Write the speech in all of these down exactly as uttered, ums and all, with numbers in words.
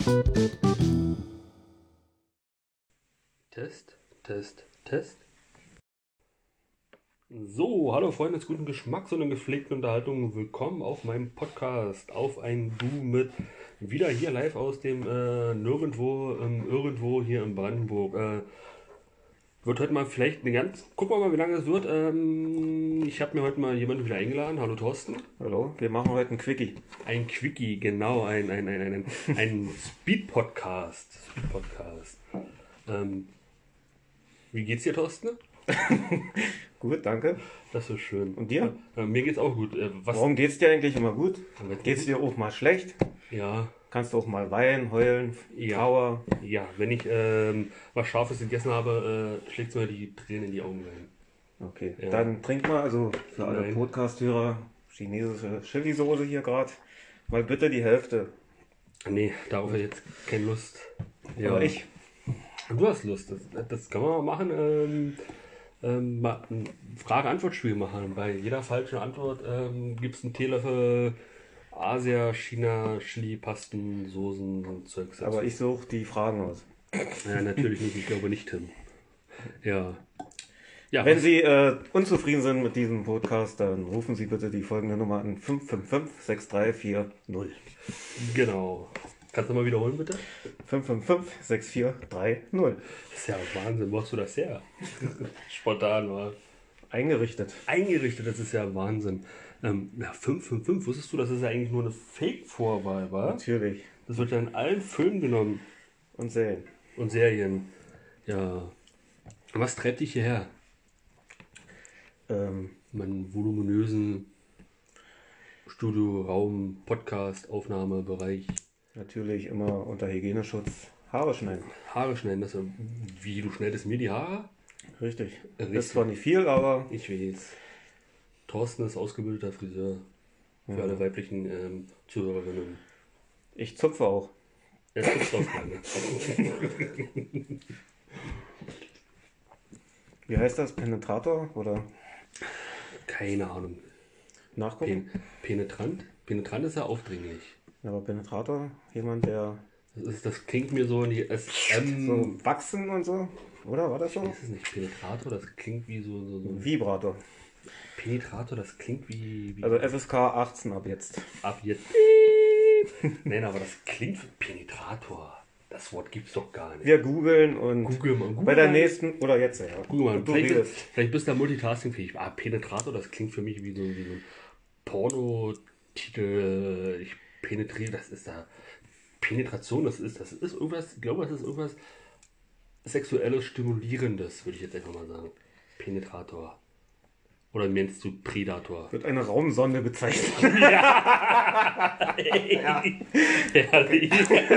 Test, Test, Test. So, hallo Freunde des guten Geschmacks und der gepflegten Unterhaltung. Willkommen auf meinem Podcast, auf ein Du mit wieder hier live aus dem äh, Nirgendwo, ähm, irgendwo hier in Brandenburg. Äh, wird heute mal vielleicht eine ganz, gucken wir mal, wie lange es wird. Ähm, ich habe mir heute mal jemanden wieder eingeladen. Hallo Thorsten. Hallo, wir machen heute einen Quickie. Ein Quickie, genau, ein, ein, ein, ein, ein Speed-Podcast. Speed-Podcast. Ähm, wie geht's dir, Thorsten? Gut, danke. Das ist schön. Und dir? Äh, mir geht's auch gut. Äh, was? Warum geht's dir eigentlich immer gut? Geht's Geht's dir auch mal schlecht? Ja, Kannst du auch mal weinen, heulen, Ja. Trauer? ja. Wenn ich ähm, was Scharfes gegessen habe, äh, schlägt mir die Tränen in die Augen rein. Okay, Ja. dann trink mal, also für alle Nein. Podcast-Hörer, chinesische Chili-Soße hier gerade, mal bitte die Hälfte. Nee, darauf habe ich jetzt keine Lust. Ja. Aber ich, Du hast Lust. Das, das kann man mal machen. Ähm, ähm, mal ein Frage-Antwort-Spiel machen. Bei jeder falschen Antwort ähm, gibt es einen Teelöffel Asia, China, Chili, Pasten, Soßen und Zeugs. aber ich suche die Fragen aus. Ja, natürlich nicht. Ich glaube nicht, Tim. Ja. Ja, Wenn was- Sie äh, unzufrieden sind mit diesem Podcast, dann rufen Sie bitte die folgende Nummer an: fünf fünf fünf, sechs drei vier null. Genau. Kannst du mal wiederholen, bitte? fünf fünf fünf, sechs vier drei null. Das ist ja Wahnsinn. Wo hast du das her? Spontan war. Eingerichtet. Eingerichtet, das ist ja Wahnsinn. Ähm, ja, fünf fünf fünf, wusstest du, dass es ja eigentlich nur eine Fake-Vorwahl war? Natürlich. Das wird ja in allen Filmen genommen Und sehen. und Serien. Ja. Was treibt dich hierher? Ähm, Meinen voluminösen Studio, Raum, Podcast, Aufnahmebereich. Natürlich immer unter Hygieneschutz Haare schneiden. Haare schneiden, das ist, wie du schneidest mir die Haare? Richtig. Richtig. Das ist zwar nicht viel, aber Ich weiß. Thorsten ist ausgebildeter Friseur. Für alle weiblichen ähm, Zuhörerinnen. ich zupfe auch. Er tupft auch gerne. Wie heißt das? Penetrator oder Keine Ahnung. nachgucken? Pen penetrant? Penetrant ist ja aufdringlich. Ja, aber Penetrator, jemand, der Das, ist, das klingt mir so in die S M. so wachsen und so, oder? War das so? Ist es nicht Penetrator? Das klingt wie so. so, so. Vibrator. Penetrator, das klingt wie. wie Also F S K achtzehn ab jetzt. ab jetzt. Nein, aber das klingt wie Penetrator. Das Wort gibt's doch gar nicht. Wir googeln und Google mal. Google bei der mal. nächsten, oder jetzt, ja. Guck mal, du vielleicht, redest. bist, vielleicht bist du da multitaskingfähig. Ah, Penetrator, das klingt für mich wie so, wie so ein Pornotitel. Ich penetriere, das ist da. Penetration, das ist, das ist irgendwas, ich glaube, das ist irgendwas sexuelles, stimulierendes, würde ich jetzt einfach mal sagen. Penetrator. Oder nennst du Predator? Wird eine Raumsonde bezeichnet. Herrlich.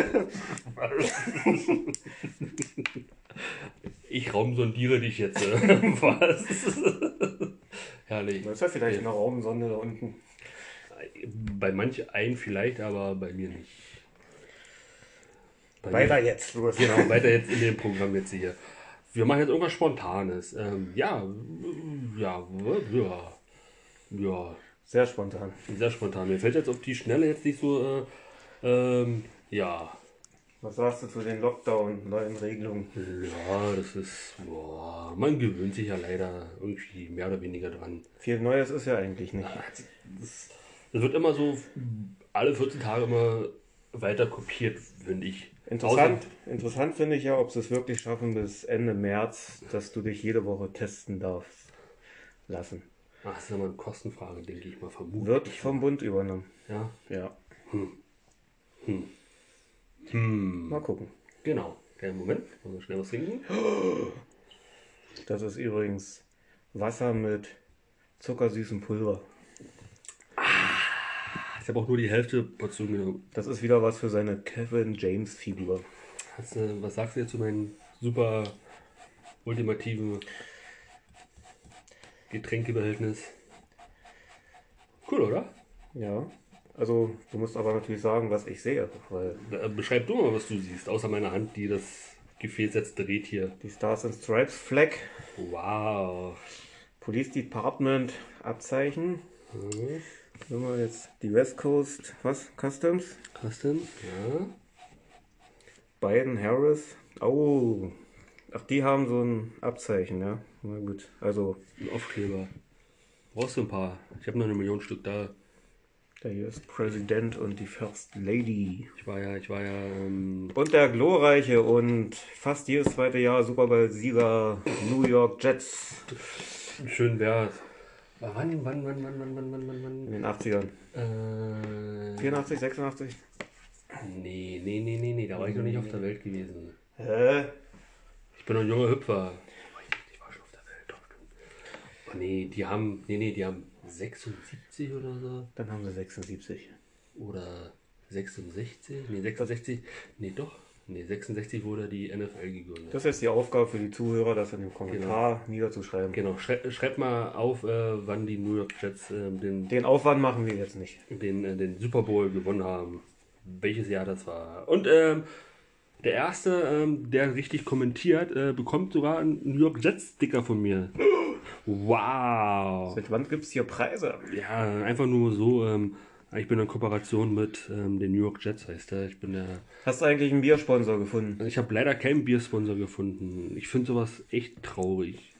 Ich raumsondiere dich jetzt. äh. Was? Herrlich. Das ist ja vielleicht eine Raumsonde da unten. Bei manch einen vielleicht, aber bei mir nicht. Bei Weiter mir, jetzt, los. genau, weiter jetzt in dem Programm jetzt hier. Wir machen jetzt irgendwas Spontanes. Ähm, ja, ja, ja, ja, Sehr spontan. sehr spontan. Mir fällt jetzt auf die Schnelle jetzt nicht so, äh, ähm, ja, Was sagst du zu den Lockdown, neuen Regelungen? ja, das ist, boah, man gewöhnt sich ja leider irgendwie mehr oder weniger dran. Viel Neues ist ja eigentlich nicht. Das, das wird immer so alle vierzehn Tage immer weiter kopiert, finde ich. Interessant, interessant finde ich ja, ob sie es wirklich schaffen bis Ende März, dass du dich jede Woche testen darfst lassen. Ach, das ist ja mal eine Kostenfrage, denke ich mal, vermutlich. Wird vom Bund übernommen. Ja. Ja, Hm. mal gucken. Genau. Kleinen Moment, wollen wir schnell was trinken? Das ist übrigens Wasser mit zuckersüßem Pulver. Ich habe auch nur die Hälfte Portion genommen. Das ist wieder was für seine Kevin James Figur. Hast, du- was sagst du jetzt zu meinem super ultimativen Getränkebehältnis? Cool, oder? Ja, also du musst aber natürlich sagen, was ich sehe, weil Äh, Beschreib du mal, was du siehst, außer meiner Hand, die das Gefäß jetzt dreht hier. die Stars and Stripes Flag, Wow. Police Department Abzeichen. Mhm. Wenn wir jetzt die West Coast, was? Customs? Customs, ja. Biden, Harris. Oh, ach, die haben so ein Abzeichen, ja. Na gut, also Ein Aufkleber. Brauchst du ein paar? Ich habe noch eine Million Stück da. der U S-Präsident und die First Lady. Ich war ja, ich war ja, ähm, Und der glorreiche und fast jedes zweite Jahr Super Bowl-Sieger New York Jets schön wär's. Aber wann, wann, wann, wann, wann, wann, wann, wann, wann? in den achtzigern. Äh, vierundachtzig, sechsundachtzig? nee, nee, nee, nee, nee, da war ich noch nicht auf der Welt gewesen. Hä? Ich bin noch ein junger Hüpfer. Ich war schon auf der Welt, doch, stimmt. Oh, nee, die haben, nee, nee, die haben sechsundsiebzig oder so. Dann haben sie sechsundsiebzig. Oder sechsundsechzig? Nee, sechsundsechzig. Nee, doch. Nee, sechsundsechzig wurde die N F L gegründet. Das ist jetzt die Aufgabe für die Zuhörer, das in dem Kommentar niederzuschreiben. Genau, schrei schreibt mal auf, äh, wann die New York Jets äh, den, Den Aufwand machen wir jetzt nicht. den, äh, den Super Bowl gewonnen haben. Welches Jahr das war. Und ähm, der Erste, ähm, der richtig kommentiert, äh, bekommt sogar einen New York Jets Sticker von mir. Wow! Seit wann gibt es hier Preise? Ja, einfach nur so. Ähm, ich bin in Kooperation mit ähm, den New York Jets, heißt der. Ich bin der. Hast du eigentlich einen Biersponsor gefunden? Ich habe leider keinen Biersponsor gefunden. Ich finde sowas echt traurig.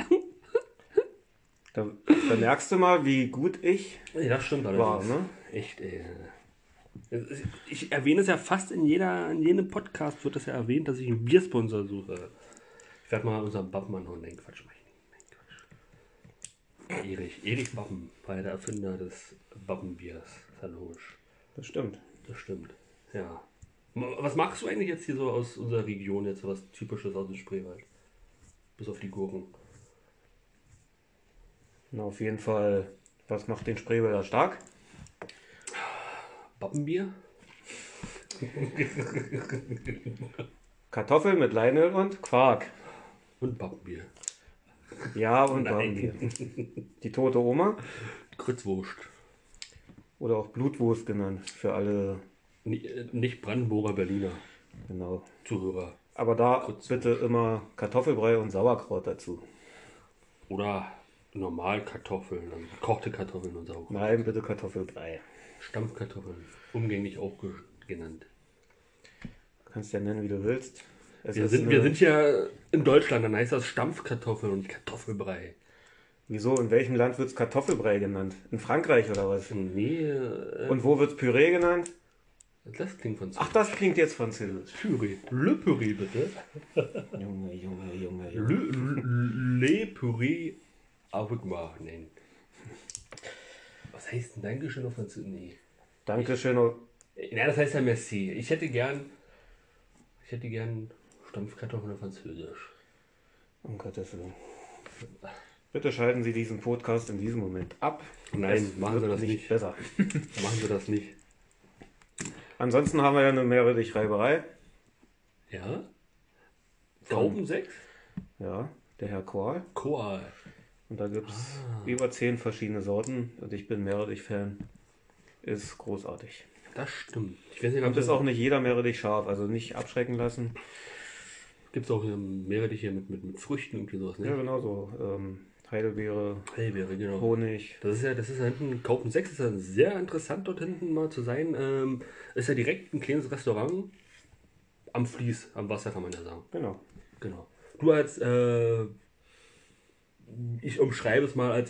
Da, da merkst du mal, wie gut ich Ja, das stimmt war, allerdings. ne? Echt, ey. Ich erwähne es ja fast in jeder, in jedem Podcast wird das ja erwähnt, dass ich einen Biersponsor suche. Ich werde mal unseren Bappen anhauen. Nein, Quatsch, mach ich nicht. Nein, Quatsch. Erich, Erich Bappen war ja der Erfinder des Bappenbiers. Ist ja logisch. Das stimmt. Das stimmt. Ja. Was machst du eigentlich jetzt hier so aus unserer Region, jetzt so was Typisches aus dem Spreewald? Bis auf die Gurken. Na, auf jeden Fall, was macht den Spreewälder stark? Bappenbier? Kartoffeln mit Leinöl und Quark. Und Bappenbier. Ja, und Nein. Bambier. Die tote Oma Grützwurst. oder auch Blutwurst genannt für alle, Ni- Nicht Brandenburger Berliner genau. Zuhörer. Aber da Grützwurst. bitte immer Kartoffelbrei und Sauerkraut dazu. Oder normal Kartoffeln, also gekochte Kartoffeln und Sauerkraut. Nein, bitte Kartoffelbrei. Stampfkartoffeln, umgänglich auch ge genannt. Kannst ja nennen, wie du willst. Es Wir ist sind, eine- wir sind ja in Deutschland, dann heißt das Stampfkartoffeln und nicht Kartoffelbrei. Wieso? In welchem Land wird es Kartoffelbrei genannt? In Frankreich oder was? Nee, äh, Und wo wird es Püree genannt? das klingt von Ach, das klingt jetzt französisch. Püree. Le Püree, bitte. Junge, Junge, Junge, Le, Junge. le, le Püree avec moi. Nein. Was heißt denn Dankeschön auf Französisch? Nee. Dankeschön. oh- Ja, das heißt ja Merci. Ich hätte gern, ich hätte gern Stampfkartoffeln auf Französisch. Um Gottes Willen. Bitte schalten Sie diesen Podcast in diesem Moment ab. Nein, Es machen Sie wird das nicht. besser. Machen Sie das nicht. Ansonsten haben wir ja eine Meerrettich-Reiberei. Ja? Tauben sechs? Ja, der Herr Kohl. Koal. Und da gibt es Ah. über zehn verschiedene Sorten. Und ich bin Meerrettich-Fan. Ist großartig. Das stimmt. Ich weiß nicht, ob Und ist auch nicht jeder Meerrettich scharf. Also nicht abschrecken lassen. gibt es auch hier Meerrettich hier mit, mit, mit Früchten irgendwie sowas, ne? Ja, genau so. Ähm, Heidelbeere, Hellbeere, genau. Honig. Das ist ja, das ist ja hinten, Kaupen sechs ist ja sehr interessant dort hinten mal zu sein. Ähm, ist ja direkt ein kleines Restaurant am Fließ, am Wasser kann man ja sagen. Genau. Genau. Du als, äh, ich umschreibe es mal als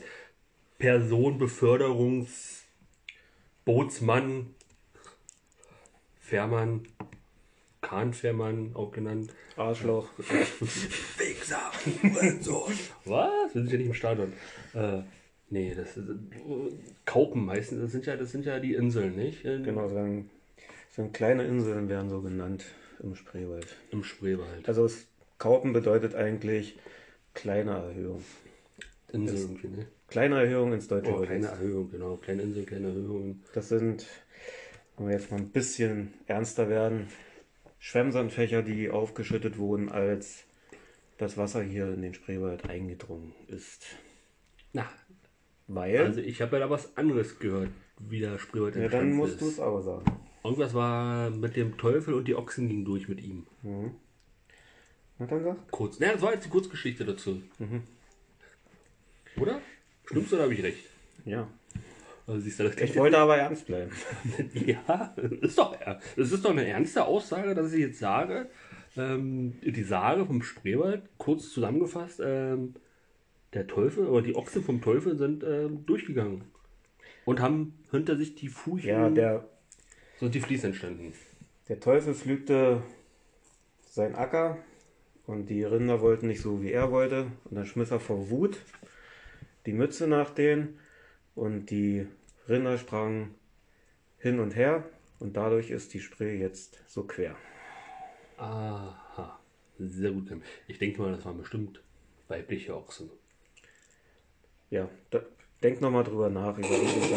Personenbeförderungsbootsmann, Fährmann, Kahnfährmann auch genannt. Arschloch. Wichser, Hurensohn. Was? Wir sind ja nicht im Stadion. Äh, nee, das ist, äh, Kaupen meistens, das sind ja, das sind ja die Inseln, nicht? In, Genau, so, ein, so kleine Inseln werden so genannt im Spreewald. Im Spreewald. Also es, Kaupen bedeutet eigentlich kleine Erhöhung. Insel irgendwie, ne? Kleine Erhöhung ins Deutsche Oh, kleine übersetzt. Erhöhung, genau. Kleine Insel, kleine Erhöhung. Das sind, wenn wir jetzt mal ein bisschen ernster werden, Schwemmsandfächer, die aufgeschüttet wurden, als das Wasser hier in den Spreewald eingedrungen ist. Na, Weil, also ich habe ja da was anderes gehört, wie der Spreewald ja, dann entstanden musst du ist. es aber sagen. Irgendwas war mit dem Teufel und die Ochsen gingen durch mit ihm. Na dann sag. Kurz. Ja, das war jetzt die Kurzgeschichte dazu. Oder? Stimmt's oder habe ich recht? Ja. Also siehst du, das Ich wollte aber ernst bleiben. Ja, ist doch, das ist doch eine ernste Aussage, dass ich jetzt sage, ähm, die Sage vom Spreewald, kurz zusammengefasst, ähm, der Teufel oder die Ochsen vom Teufel sind ähm, durchgegangen und haben hinter sich die Furchen, Ja, der, sind die Fließ entstanden. der Teufel pflügte sein Acker und die Rinder wollten nicht so, wie er wollte. Und dann schmiss er vor Wut die Mütze nach denen und die Rinder sprangen hin und her und dadurch ist die Spree jetzt so quer. Aha, sehr gut. Ich denke mal, das waren bestimmt weibliche Ochsen. Ja, da, denk nochmal drüber nach über diesen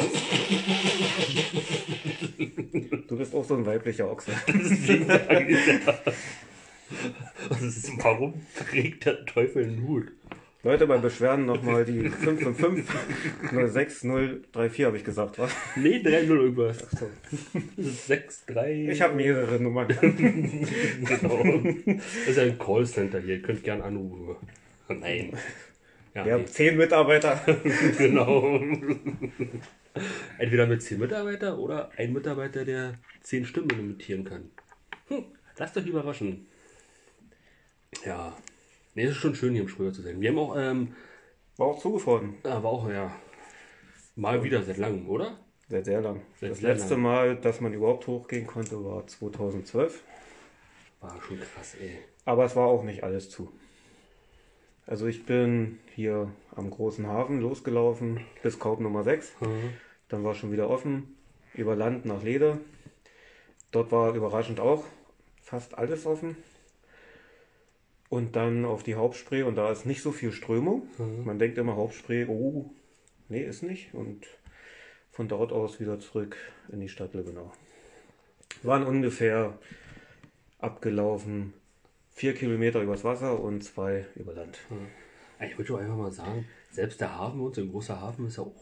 Satz. Du bist auch so ein weiblicher Ochse. Deswegen sage ich ja. Was ist, warum trägt der Teufel einen Hut? Leute, bei Beschwerden nochmal die fünf fünf fünf null sechs null drei vier habe ich gesagt, was? Nee, drei null irgendwas. Achso. sechs drei. Ich habe mehrere Nummern. Genau. Das ist ja ein Callcenter hier. Ihr könnt gern anrufen. Nein. Ja, Wir nee. haben zehn Mitarbeiter. Genau. Entweder mit zehn Mitarbeiter oder ein Mitarbeiter, der zehn Stimmen imitieren kann. Hm, lasst euch überraschen. Ja. Nee, es ist schon schön, hier im Sprüher zu sein. Wir haben auch, ähm, War auch zugefroren. aber auch, ja, mal wieder seit langem, oder? Seit sehr lang. Seit Das sehr letzte lang. Mal, dass man überhaupt hochgehen konnte, war zweitausendzwölf. War schon krass, ey. Aber es war auch nicht alles zu. Also ich bin hier am großen Hafen losgelaufen bis Korb Nummer sechs. Mhm. Dann war schon wieder offen. Über Land nach Lede. Dort war überraschend auch fast alles offen. Und dann auf die Hauptspree und da ist nicht so viel Strömung. Mhm. Man denkt immer Hauptspree, oh, nee, ist nicht. Und von dort aus wieder zurück in die Stadt Lübbenau. Waren ungefähr abgelaufen vier Kilometer übers Wasser und zwei über Land. Mhm. Ich wollte doch einfach mal sagen, selbst der Hafen, uns ein großer Hafen, ist ja auch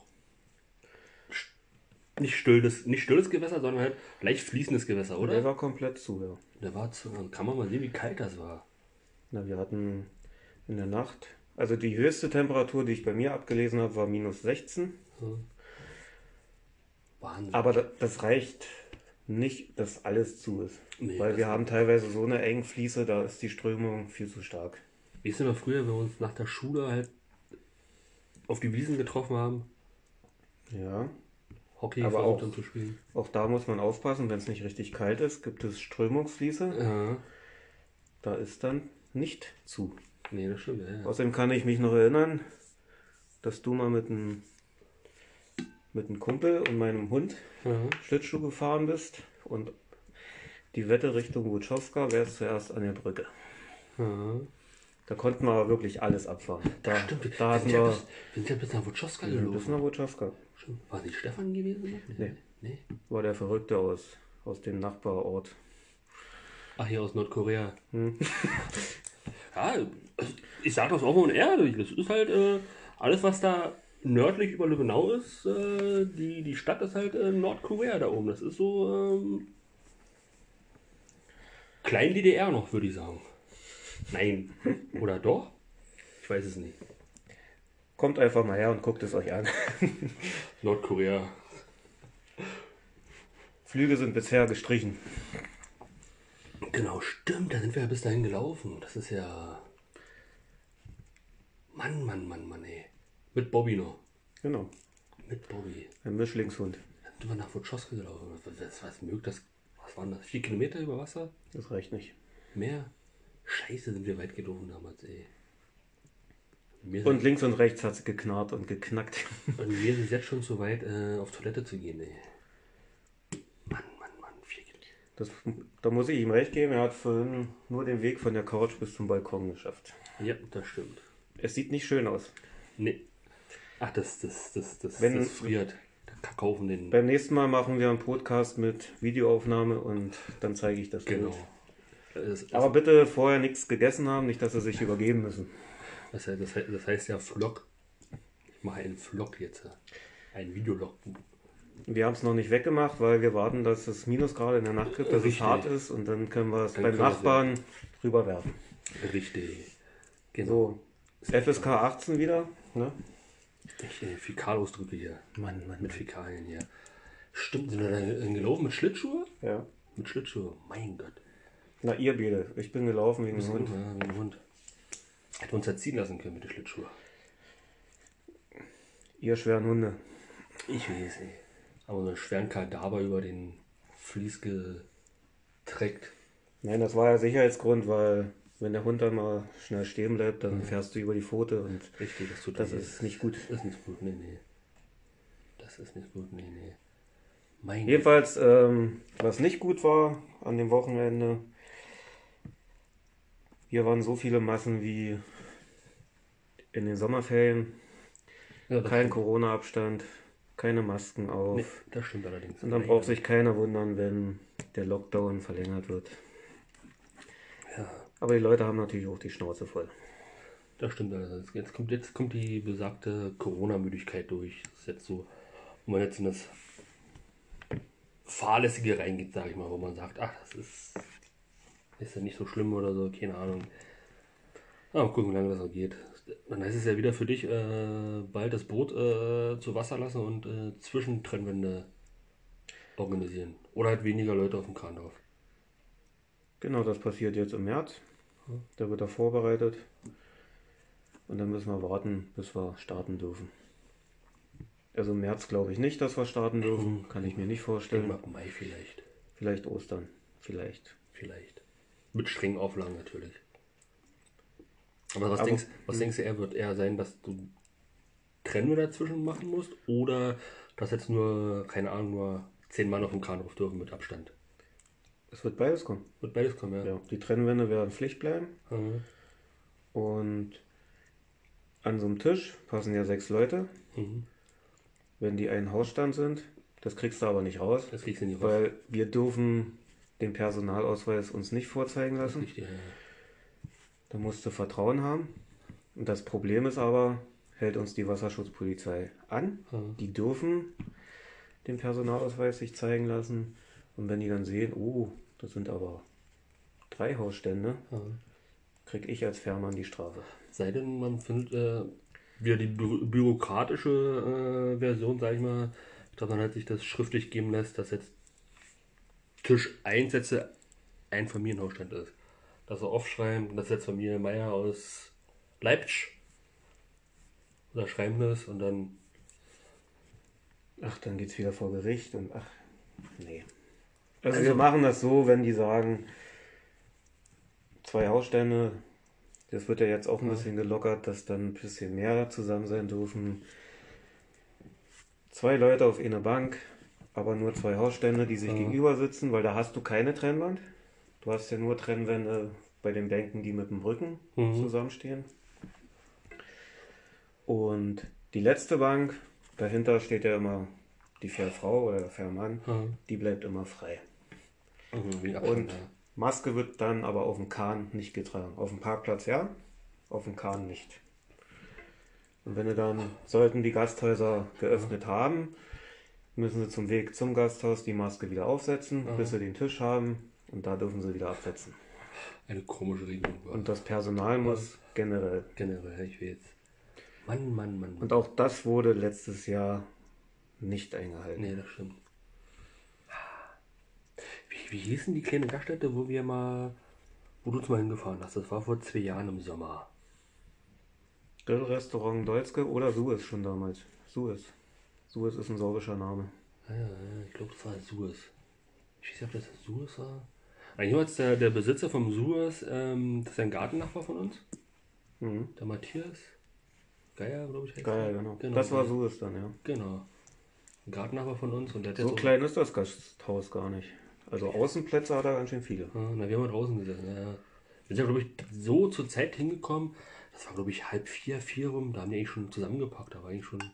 nicht stilles, nicht stilles Gewässer, sondern halt leicht fließendes Gewässer, oder? Der war komplett zu, ja. Der war zu, dann kann man mal sehen, wie kalt das war. Na, wir hatten in der Nacht, also die höchste Temperatur, die ich bei mir abgelesen habe, war minus sechzehn. Mhm. Wahnsinn. Aber da- das reicht nicht, dass alles zu ist. Nee, Weil das wir haben teilweise so eine enge Fließe, da ist die Strömung viel zu stark. Wie ist denn mal früher, wenn wir uns nach der Schule halt auf die Wiesen getroffen haben, Ja, Hockey Aber versucht auch- dann zu spielen? auch da muss man aufpassen, wenn es nicht richtig kalt ist, gibt es Strömungsfließe. Ja, Da ist dann nicht zu. nee, das stimmt. Ja, ja. Außerdem kann ich mich noch erinnern, dass du mal mit einem mit einem Kumpel und meinem Hund Ja. Schlittschuh gefahren bist und die Wette Richtung Wutschowska wäre zuerst an der Brücke. Ja. Da konnten wir aber wirklich alles abfahren. Da, Stimmt, wir, da wir, hatten sind ja wir bis, wir sind ja bis nach Wutschowska bis gelaufen. nach Wutschowska. Stimmt. War nicht Stefan gewesen? Nee. nee. War der Verrückte aus, aus dem Nachbarort. Ach, hier aus Nordkorea. Hm. Ja, ich sage das offen und ehrlich. Das ist halt äh, alles, was da nördlich über Lübbenau ist. Äh, die, die Stadt ist halt äh, Nordkorea da oben. Das ist so ähm, Klein-D D R noch, würde ich sagen. Nein. Oder doch? Ich weiß es nicht. Kommt einfach mal her und guckt es euch an. Nordkorea. Flüge sind bisher gestrichen. Genau, stimmt. Da sind wir ja bis dahin gelaufen. Das ist ja... Mann, Mann, Mann, Mann, ey. Mit Bobby noch. Genau. Mit Bobby. Ein Mischlingshund. Dann sind wir nach Wutschowska gelaufen. Was, was, was mögt das? Was waren das? Vier Kilometer über Wasser? Das reicht nicht. Mehr? Scheiße, sind wir weit gelaufen damals, ey. Mir Und ist, links und rechts hat es geknarrt und geknackt. und mir ist es jetzt schon so weit, äh, auf Toilette zu gehen, ey. Mann, Mann, Mann, vier Kilometer. Das, da muss ich ihm recht geben, er hat vorhin nur den Weg von der Couch bis zum Balkon geschafft. Ja, das stimmt. Es sieht nicht schön aus. Nee. Ach, das, das, das, das, Wenn- das friert. Der Kackhaufen, den... Beim nächsten Mal machen wir einen Podcast mit Videoaufnahme und dann zeige ich das Genau. durch. Das, das, Aber bitte vorher nichts gegessen haben, nicht, dass sie sich übergeben müssen. das, heißt- das, heißt- das heißt ja Vlog. Ich mache einen Vlog jetzt. Ein Videolog. Wir haben es noch nicht weggemacht, weil wir warten, dass es Minusgrade in der Nacht gibt, dass Richtig. es hart ist und dann können wir es Dann beim können wir es Nachbarn rüberwerfen. Richtig. Genau. So, F S K achtzehn wieder. Ne? Ich, äh, Fäkalausdrücke hier. Mann, Mann. Mit Fäkalien hier. Stimmt, sind wir dann gelaufen mit Schlittschuhe? Ja. Mit Schlittschuhe, mein Gott. Na, ihr beide. Ich bin gelaufen wegen dem Hund. Ja, wegen dem Hund. Hätten wir uns ja ziehen lassen können mit den Schlittschuhen. Ihr schweren Hunde. Ich weiß, ey. Aber so einen schweren Kadaver über den Vlies getreckt. Nein, das war ja Sicherheitsgrund, weil wenn der Hund dann mal schnell stehen bleibt, dann fährst du über die Pfote und Richtig, das tut das weh. ist nicht gut. Das ist nicht gut, nee, nee. Das ist nicht gut, nee, nee. Mein Jedenfalls, ähm, was nicht gut war an dem Wochenende, hier waren so viele Massen wie in den Sommerferien. Ja, das Kein stimmt. Corona-Abstand, keine Masken auf. Nee, das stimmt allerdings. Und dann Nee, braucht sich keiner wundern, wenn der Lockdown verlängert wird. Ja, Aber die Leute haben natürlich auch die Schnauze voll. das stimmt allerdings. Jetzt kommt, jetzt kommt die besagte Corona-Müdigkeit durch. Das ist jetzt so, wo man jetzt in das Fahrlässige reingeht, sage ich mal, wo man sagt, ach, das ist, ist ja nicht so schlimm oder so, keine Ahnung. Ja, mal gucken, wie lange das noch geht. Dann heißt es ja wieder für dich, äh, bald das Boot äh, zu Wasser lassen und äh, Zwischentrennwände organisieren. Oder halt weniger Leute auf dem Kahn drauf. Genau, das passiert jetzt im März. Da wird er vorbereitet. Und dann müssen wir warten, bis wir starten dürfen. Also im März glaube ich nicht, dass wir starten dürfen. Kann ich mir nicht Ich denke vorstellen. mal ab Mai vielleicht. Vielleicht Ostern. Vielleicht. Vielleicht. Mit strengen Auflagen natürlich. Aber was, Aber- denkst, was denkst du, er wird eher sein, dass du Trennwände dazwischen machen musst? Oder dass jetzt nur, keine Ahnung, nur zehn Mann auf dem Kahn drauf dürfen mit Abstand? Es wird beides kommen. Wird beides kommen, ja. Ja, die Trennwände werden Pflicht bleiben. Mhm. Und an so einem Tisch passen ja sechs Leute. Mhm. Wenn die ein Hausstand sind, das kriegst du aber nicht raus, Das kriegst du nicht raus. weil wir dürfen den Personalausweis uns nicht vorzeigen Das ist lassen. richtig, ja. Da musst du Vertrauen haben. Und das Problem ist aber, hält uns die Wasserschutzpolizei an. Mhm. Die dürfen den Personalausweis sich zeigen lassen. Und wenn die dann sehen, oh, das sind aber drei Hausstände, Mhm. krieg ich als Fährmann die Strafe. Sei denn, man findet äh, wieder die bü bürokratische äh, Version, sag ich mal, dass man halt sich das schriftlich geben lässt, dass jetzt Tisch eins jetzt ein Familienhausstand ist. Dass wir aufschreiben, das ist jetzt Familie Meier aus Leipzig. Oder schreiben das und dann, Ach, dann geht's wieder vor Gericht und ach, nee. Also, Also- wir machen das so, wenn die sagen, zwei Hausstände, das wird ja jetzt auch ein bisschen gelockert, dass dann ein bisschen mehr zusammen sein dürfen. Zwei Leute auf einer Bank, aber nur zwei Hausstände, die sich Ja. gegenüber sitzen, weil da hast du keine Trennwand. Du hast ja nur Trennwände bei den Bänken, die mit dem Rücken Mhm. zusammenstehen. Und die letzte Bank, dahinter steht ja immer die Fährfrau oder der Fährmann, ja, die bleibt immer frei. mhm, wie Abstand, Und Maske wird dann aber auf dem Kahn nicht getragen. Auf dem Parkplatz ja, auf dem Kahn nicht. Und wenn du dann, sollten die Gasthäuser geöffnet haben, müssen sie zum Weg zum Gasthaus die Maske wieder aufsetzen, bis sie den Tisch haben und da dürfen sie wieder absetzen. ja. Eine komische Regelung war. Und das Personal muss generell. Generell, ich weiß. Mann, Mann, Mann, Mann. Und auch das wurde letztes Jahr nicht eingehalten. Nee, das stimmt. Wie, wie hieß denn die kleine Gaststätte, wo wir mal, wo du uns mal hingefahren hast? Das war vor zwei Jahren im Sommer. Grillrestaurant Dolzke oder Suez schon damals. Suez. Suez ist ein sorbischer Name. Ja, ja, ja, ich glaube, das war Suez. Ich weiß nicht, ob das Suez war. Eigentlich war jetzt der, der Besitzer vom Suez, ähm, das ist ein Gartennachbar von uns. Mhm. Der Matthias Geier, glaube ich. heißt Geil, der. genau. genau. Das war Suez dann, ja. Genau. Ein Gartennachbar von uns und der hat So jetzt auch- klein ist das Gasthaus gar nicht. Also Außenplätze hat er ganz schön viele. Ja, na, wir haben mal draußen gesessen. Ja. Wir sind ja, glaube ich, so zur Zeit hingekommen. Das war, glaube ich, halb vier, vier rum. Da haben die eigentlich schon zusammengepackt. Da war eigentlich schon.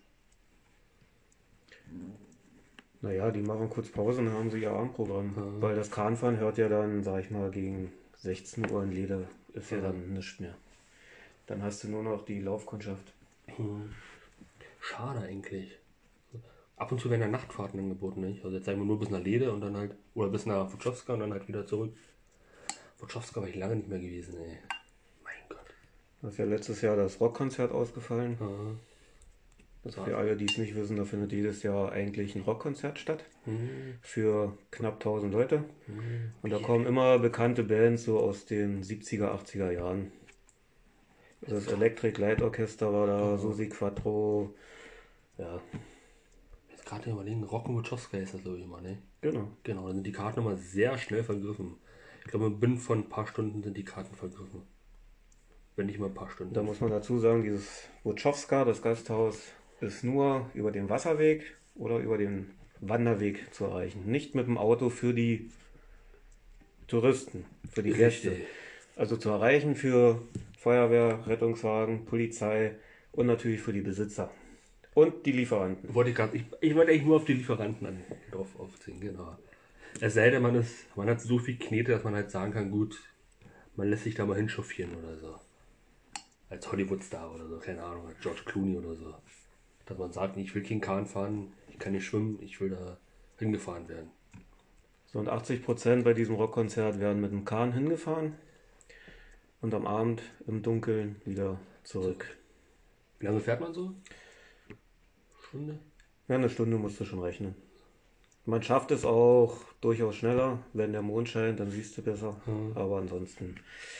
Naja, die machen kurz Pause und dann haben sie ihr Abendprogramm. Ja. Weil das Kahnfahren hört ja dann, sag ich mal, gegen sechzehn Uhr in Leder. Ist ja Ja. dann nichts mehr. Dann hast du nur noch die Laufkundschaft. Hm. Schade eigentlich. Ab und zu werden ja Nachtfahrten angeboten, nicht? Also jetzt sagen wir nur bis nach Lede und dann halt, oder bis nach Wutschowska und dann halt wieder zurück. Wutschowska war ich lange nicht mehr gewesen, ey. Mein Gott. Da ist ja letztes Jahr das Rockkonzert ausgefallen. Ja. Also für alle, die es nicht wissen, da findet jedes Jahr eigentlich ein Rockkonzert statt. Mhm. Für knapp tausend Leute. Mhm. Und da kommen immer bekannte Bands so aus den siebziger, achtziger Jahren. Das Electric Light Orchester war da, Susi Quattro. Ja, Jetzt gerade überlegen, Rocco Wachowski ist das, glaube ich, immer, ne? genau. Genau, dann sind die Karten immer sehr schnell vergriffen. Ich glaube, binnen von ein paar Stunden sind die Karten vergriffen. Wenn nicht mal ein paar Stunden. Da muss man dazu sagen, dieses Wotschowska, das Gasthaus, ist nur über den Wasserweg oder über den Wanderweg zu erreichen. Nicht mit dem Auto für die Touristen, für die Gäste. Richtig. Also zu erreichen für Feuerwehr, Rettungswagen, Polizei und natürlich für die Besitzer. Und die Lieferanten. Wollte ich, grad, ich, ich wollte eigentlich nur auf die Lieferanten an, drauf aufziehen, genau. Es sei denn, man, ist, man hat so viel Knete, dass man halt sagen kann, gut, man lässt sich da mal hinchauffieren oder so. Als Hollywood-Star oder so, keine Ahnung, als George Clooney oder so. Dass man sagt, ich will keinen Kahn fahren, ich kann nicht schwimmen, ich will da hingefahren werden. So, und achtzig Prozent bei diesem Rockkonzert werden mit dem Kahn hingefahren und am Abend im Dunkeln wieder zurück. Wie lange fährt man so? Stunde? Ja, eine Stunde musst du schon rechnen. Man schafft es auch durchaus schneller, wenn der Mond scheint, dann siehst du besser. Mhm. Aber ansonsten,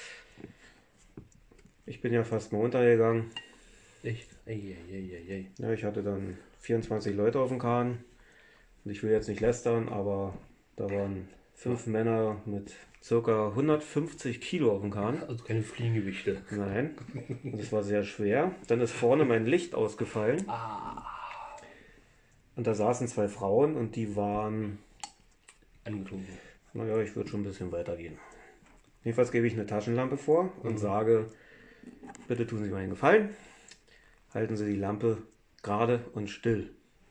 ich bin ja fast mal untergegangen. Echt? Ey, ey, ey, ey. Ja, ich hatte dann vierundzwanzig Leute auf dem Kahn. Und ich will jetzt nicht lästern, aber da waren fünf Männer mit circa hundertfünfzig Kilo auf dem Kahn. Also keine Fliegengewichte. Nein, und es war sehr schwer. Dann ist vorne mein Licht ausgefallen. Ah. Und da saßen zwei Frauen und die waren, Angetrunken. naja, ich würde schon ein bisschen weitergehen. Jedenfalls gebe ich eine Taschenlampe vor und sage, bitte tun Sie mir einen Gefallen. Halten Sie die Lampe gerade und still.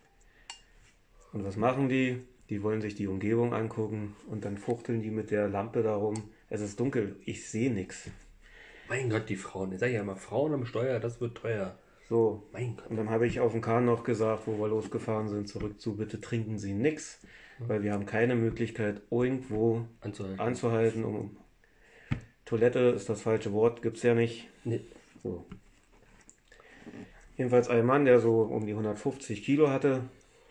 Und was machen die? Die wollen sich die Umgebung angucken und dann fuchteln die mit der Lampe darum. Es ist dunkel, ich sehe nichts. Mein Gott, die Frauen. Ich sage ja immer, Frauen am Steuer, das wird teuer. So, Mein Gott. und dann habe ich auf dem Kahn noch gesagt, wo wir losgefahren sind, zurück zu, bitte trinken Sie nichts, weil wir haben keine Möglichkeit, irgendwo Anzuhalten. anzuhalten. Um Toilette ist das falsche Wort, gibt es ja nicht. Nee. So. Jedenfalls ein Mann, der so um die hundertfünfzig Kilo hatte,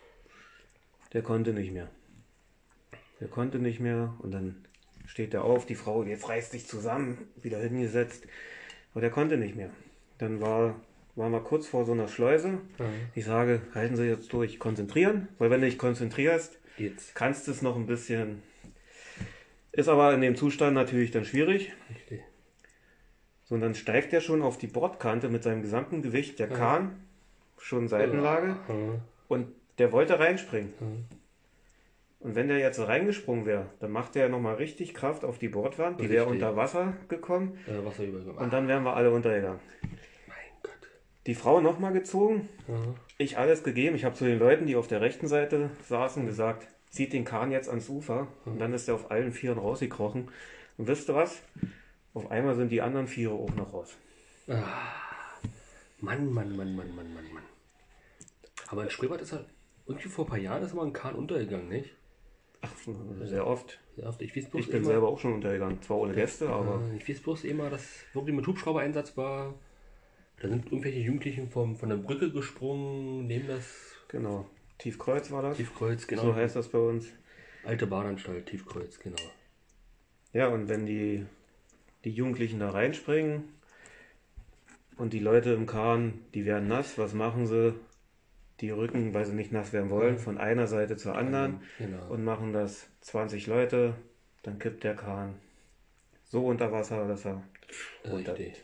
der konnte nicht mehr. Der konnte nicht mehr und dann steht er auf, die Frau, jetzt reißt dich zusammen, wieder hingesetzt, aber der konnte nicht mehr. Dann war, waren wir kurz vor so einer Schleuse. Mhm. Ich sage, halten Sie jetzt durch, konzentrieren, weil wenn du dich konzentrierst, Geht's. kannst du es noch ein bisschen, ist aber in dem Zustand natürlich dann schwierig. Richtig. So, und dann steigt er schon auf die Bordkante mit seinem gesamten Gewicht, der Kahn, schon Seitenlage, Mhm. und der wollte reinspringen. Mhm. Und wenn der jetzt reingesprungen wäre, dann macht der nochmal richtig Kraft auf die Bordwand, die wäre Richtig. unter Wasser gekommen Äh, Wasser übergegangen. und dann wären wir alle untergegangen. Mein Gott. Die Frau nochmal gezogen, Mhm. ich alles gegeben. Ich habe zu den Leuten, die auf der rechten Seite saßen, gesagt, zieht den Kahn jetzt ans Ufer. Und dann ist er auf allen Vieren rausgekrochen. Und wisst ihr was? Auf einmal sind die anderen Viere auch noch raus. Mann, Mann, Mann, Mann, Mann, Mann, Mann. Aber in Spreewald ist halt, irgendwie vor ein paar Jahren ist mal ein Kahn untergegangen, nicht? Ach, sehr oft. Sehr oft. Ich weiß bloß Ich bin immer, selber auch schon untergegangen. Zwar ohne Gäste, aber äh, ich weiß bloß immer, dass wirklich mit Hubschrauber-Einsatz war. Da sind irgendwelche Jugendlichen vom, von der Brücke gesprungen, neben das genau. Tiefkreuz war das. Tiefkreuz, genau. So heißt das bei uns. Alte Bahnanstalt, Tiefkreuz, genau. Ja, und wenn die, die Jugendlichen da reinspringen und die Leute im Kahn, die werden nass, was machen sie? Die rücken, weil sie nicht nass werden wollen, von einer Seite zur anderen Genau. und machen das zwanzig Leute, dann kippt der Kahn so unter Wasser, dass er runter. Richtig.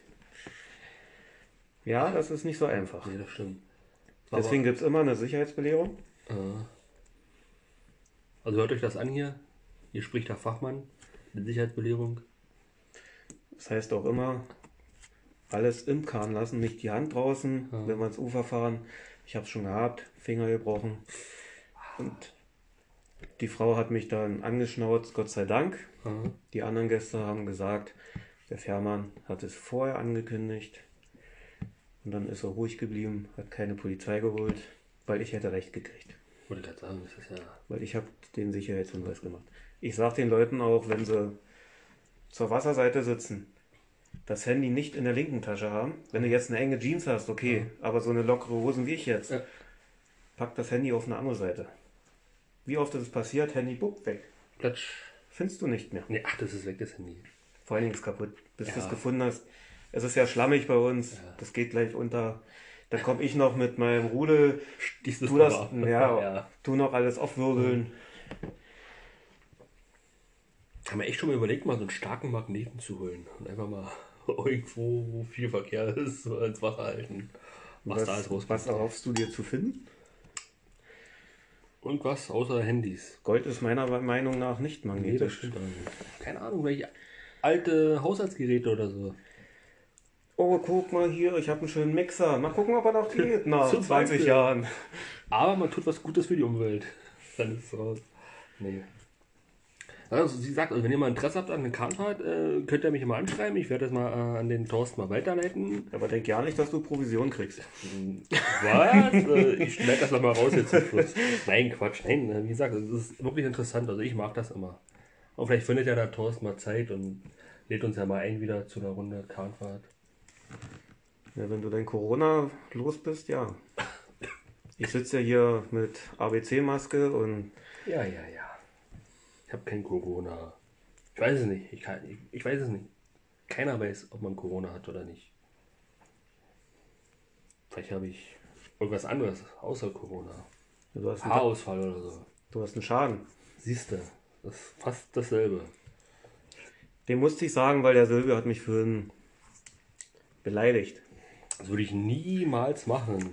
Ja, das ist nicht so einfach. Nee, das stimmt. Deswegen gibt es immer eine Sicherheitsbelehrung. Aber, äh, also hört euch das an hier. Hier spricht der Fachmann mit Sicherheitsbelehrung. Das heißt auch immer, alles im Kahn lassen, nicht die Hand draußen, Ja. wenn wir ins Ufer fahren. Ich habe es schon gehabt, Finger gebrochen. Und die Frau hat mich dann angeschnauzt, Gott sei Dank. Mhm. Die anderen Gäste haben gesagt, der Fährmann hat es vorher angekündigt. Und dann ist er ruhig geblieben, hat keine Polizei geholt, weil ich hätte recht gekriegt. Wollte gerade sagen, das ist ja. Weil ich habe den Sicherheitshinweis gemacht. Ich sage den Leuten auch, wenn sie zur Wasserseite sitzen, das Handy nicht in der linken Tasche haben. Wenn du jetzt eine enge Jeans hast, okay, ja. aber so eine lockere Hosen wie ich jetzt, ja. pack das Handy auf eine andere Seite. Wie oft ist es passiert? Handy, bupp, weg. Platsch. Findest du nicht mehr. Nee, ach, das ist weg, das Handy. Vor allen Dingen ist es kaputt, bis ja. du es gefunden hast. Es ist ja schlammig bei uns, ja. das geht gleich unter. Dann komme ich noch mit meinem Rudel, tu, das, ja, ja. tu noch alles aufwirbeln. Mhm. Haben wir echt schon mal überlegt, mal so einen starken Magneten zu holen und einfach mal irgendwo, wo viel Verkehr ist, so ins Wasser halten. Was, was, da alles rauskommt. Was erhoffst du dir zu finden? Irgendwas außer Handys. Gold ist meiner Meinung nach nicht magnetisch. Nee, keine Ahnung, welche alte Haushaltsgeräte oder so. Oh, guck mal hier, ich habe einen schönen Mixer. Mal gucken, ob er noch geht nach zwanzig Jahren. Aber man tut was Gutes für die Umwelt. Dann ist es raus. Nee. Also, wie gesagt, also wenn ihr mal Interesse habt an einer Kartenfahrt, äh, könnt ihr mich mal anschreiben. Ich werde das mal äh, an den Thorsten mal weiterleiten. Aber denk ja nicht, dass du Provision kriegst. Was? äh, ich schneide das mal raus jetzt zum Schluss. Nein, Quatsch. Nein, wie gesagt, es ist wirklich interessant. Also ich mag das immer. Und vielleicht findet ja der Thorsten mal Zeit und lädt uns ja mal ein wieder zu einer Runde Kartenfahrt. Ja, wenn du dein Corona los bist, ja. Ich sitze ja hier mit A B C-Maske und... Ja, ja, ja. Ich habe kein Corona. Ich weiß es nicht. Ich, kann, ich, ich weiß es nicht. Keiner weiß, ob man Corona hat oder nicht. Vielleicht habe ich irgendwas anderes außer Corona. Ja, du hast Haarausfall oder so. Du hast einen Schaden. Siehst du, das ist fast dasselbe. Dem musste ich sagen, weil der Silvio hat mich vorhin beleidigt. Das würde ich niemals machen.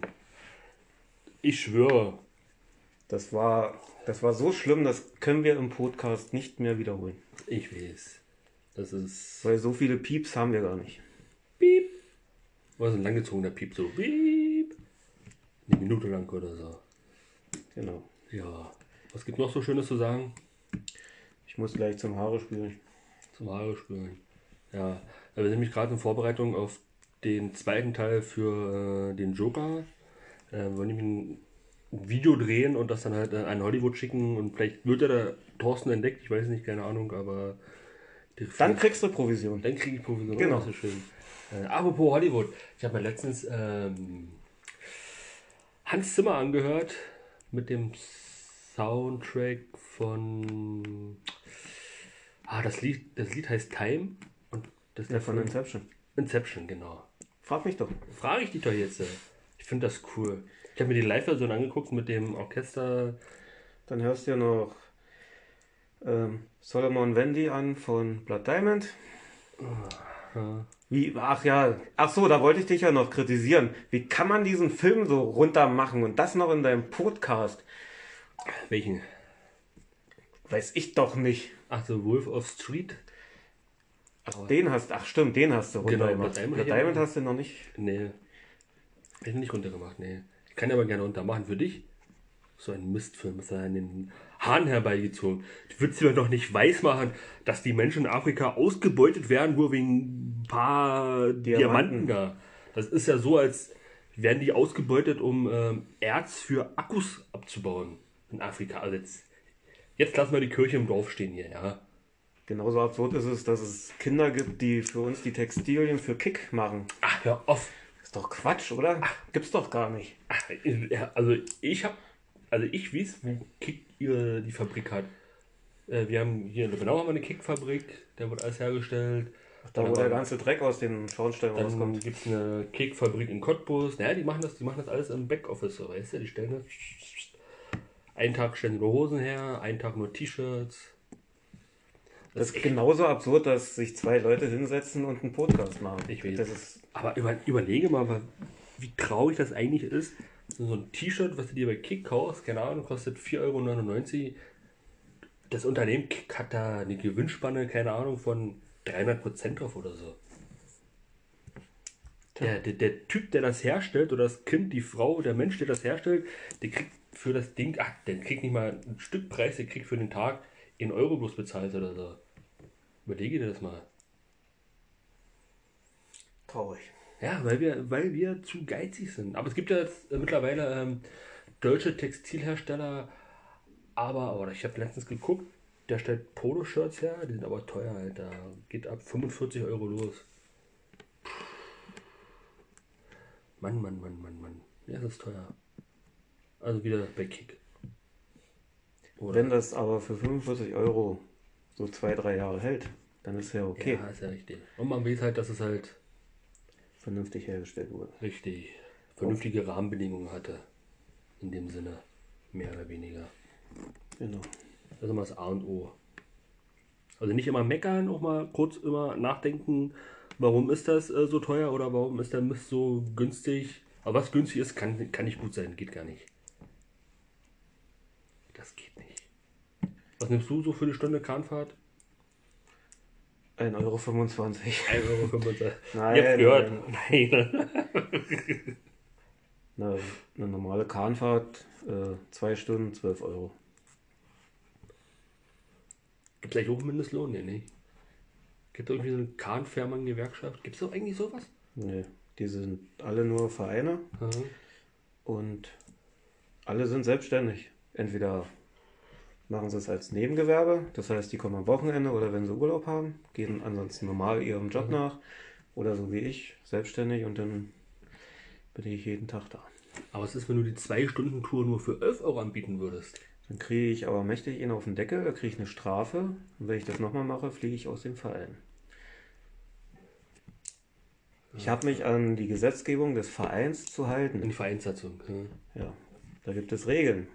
Ich schwöre. Das war, das war so schlimm, das können wir im Podcast nicht mehr wiederholen. Ich weiß. Das ist... Weil so viele Pieps haben wir gar nicht. Piep. Was ein langgezogener Piep, so Piep. Eine Minute lang oder so. Genau. Ja. Was gibt noch so Schönes zu sagen? Ich muss gleich zum Haare spülen. Zum Haare spülen. Ja. Wir sind nämlich gerade in Vorbereitung auf den zweiten Teil für äh, den Joker. Äh, wir wollen nämlich ein Video drehen und das dann halt an Hollywood schicken und vielleicht wird ja der Thorsten entdeckt, ich weiß nicht, keine Ahnung, aber... Dann kriegst du Provision. Dann krieg ich Provision, genau. Das ist schön. Äh, apropos Hollywood, ich habe mir letztens ähm, Hans Zimmer angehört mit dem Soundtrack von... Ah, das Lied, das Lied heißt Time. Und das ja, von Inception. Inception, genau. Frag mich doch. Frage ich dich doch jetzt. Ich finde das cool. Ich habe mir die Live-Version angeguckt mit dem Orchester. Dann hörst du ja noch ähm, Solomon Wendy an von Blood Diamond. Ja. Wie, ach ja, ach so, da wollte ich dich ja noch kritisieren. Wie kann man diesen Film so runter machen und das noch in deinem Podcast? Welchen? Weiß ich doch nicht. Ach so, Wolf of Street? Ach, oh. den hast ach stimmt, den hast du runter genau, gemacht. Blood Diamond, Blood Diamond hast du noch nicht? Nee. Hab ich nicht runtergemacht, nee. Ich kann ja aber gerne runter machen für dich. So ein Mistfilm ist da in den Haaren herbeigezogen. Du würdest dir doch nicht weismachen, dass die Menschen in Afrika ausgebeutet werden, nur wegen ein paar Diamanten. Diamanten da. Das ist ja so, als werden die ausgebeutet, um ähm, Erz für Akkus abzubauen in Afrika. Also jetzt, jetzt lassen wir die Kirche im Dorf stehen hier, ja. Genauso absurd ist es, dass es Kinder gibt, die für uns die Textilien für Kick machen. Ach, hör auf. Ist doch Quatsch, oder? Ach, gibt's doch gar nicht. Ach, also ich habe, also ich weiß, wo Kick ihr die Fabrik hat. Äh, wir haben hier in Genau haben wir eine Kickfabrik, da wird alles hergestellt. Ach, da wo der ganze Dreck aus den Schornsteinen dann rauskommt. Dann gibt es eine Kickfabrik in Cottbus. Naja, die machen das, die machen das alles im Backoffice, so, weißt du? Die stellen das. Einen Tag stellen nur Hosen her, einen Tag nur T-Shirts. Das, das ist genauso absurd, dass sich zwei Leute hinsetzen und einen Podcast machen. Ich weiß. Das ist Aber über, überlege mal, wie traurig das eigentlich ist. So ein T-Shirt, was du dir bei Kick kaufst, keine Ahnung, kostet vier Euro neunundneunzig. Das Unternehmen Kick hat da eine Gewinnspanne, keine Ahnung, von dreihundert Prozent drauf oder so. Der, der, der Typ, der das herstellt, oder das Kind, die Frau, der Mensch, der das herstellt, der kriegt für das Ding, ach, der kriegt nicht mal ein Stück Preis, der kriegt für den Tag einen Euro bloß bezahlt oder so. Überlege dir das mal. Traurig. Ja, weil wir, weil wir zu geizig sind. Aber es gibt ja jetzt äh, mittlerweile ähm, deutsche Textilhersteller, aber, oder ich habe letztens geguckt, der stellt Poloshirts her, die sind aber teuer, Alter. Geht ab fünfundvierzig Euro los. Mann, Mann, Mann, Mann, Mann. Ja, das ist teuer. Also wieder bei Kick. Oder? Wenn das aber für fünfundvierzig Euro so zwei, drei Jahre hält, dann ist ja okay. Ja, ist ja richtig. Und man weiß halt, dass es halt Vernünftig hergestellt wurde. richtig vernünftige Rahmenbedingungen hatte. In dem Sinne. Mehr oder weniger. Genau. Das ist immer das A und O. Also nicht immer meckern, auch mal kurz immer nachdenken, warum ist das äh, so teuer oder warum ist der Mist so günstig. Aber was günstig ist, kann, kann nicht gut sein, geht gar nicht. Das geht nicht. Was nimmst du so für eine Stunde Kahnfahrt? ein Euro fünfundzwanzig. ein Euro fünfundzwanzig. Nein, Ihr habt gehört. nein. Nein. Eine, eine normale Kahnfahrt, äh, zwei Stunden, zwölf Euro. Gibt es eigentlich auch einen Mindestlohn? Nee, nicht. Gibt es irgendwie so eine Kahnfährmann-Gewerkschaft? Gibt es doch eigentlich sowas? Nee, die sind alle nur Vereine Aha. und alle sind selbstständig. Entweder machen sie es als Nebengewerbe, das heißt, die kommen am Wochenende oder wenn sie Urlaub haben, gehen ansonsten normal ihrem Job Mhm. nach oder so wie ich, selbstständig und dann bin ich jeden Tag da. Aber was ist, wenn du die zwei-Stunden-Tour nur für elf Euro anbieten würdest? Dann kriege ich aber mächtig ihn auf den Deckel, da kriege ich eine Strafe und wenn ich das nochmal mache, fliege ich aus dem Verein. Ich habe mich an die Gesetzgebung des Vereins zu In halten. die Vereinssatzung. Ja. Ja, da gibt es Regeln.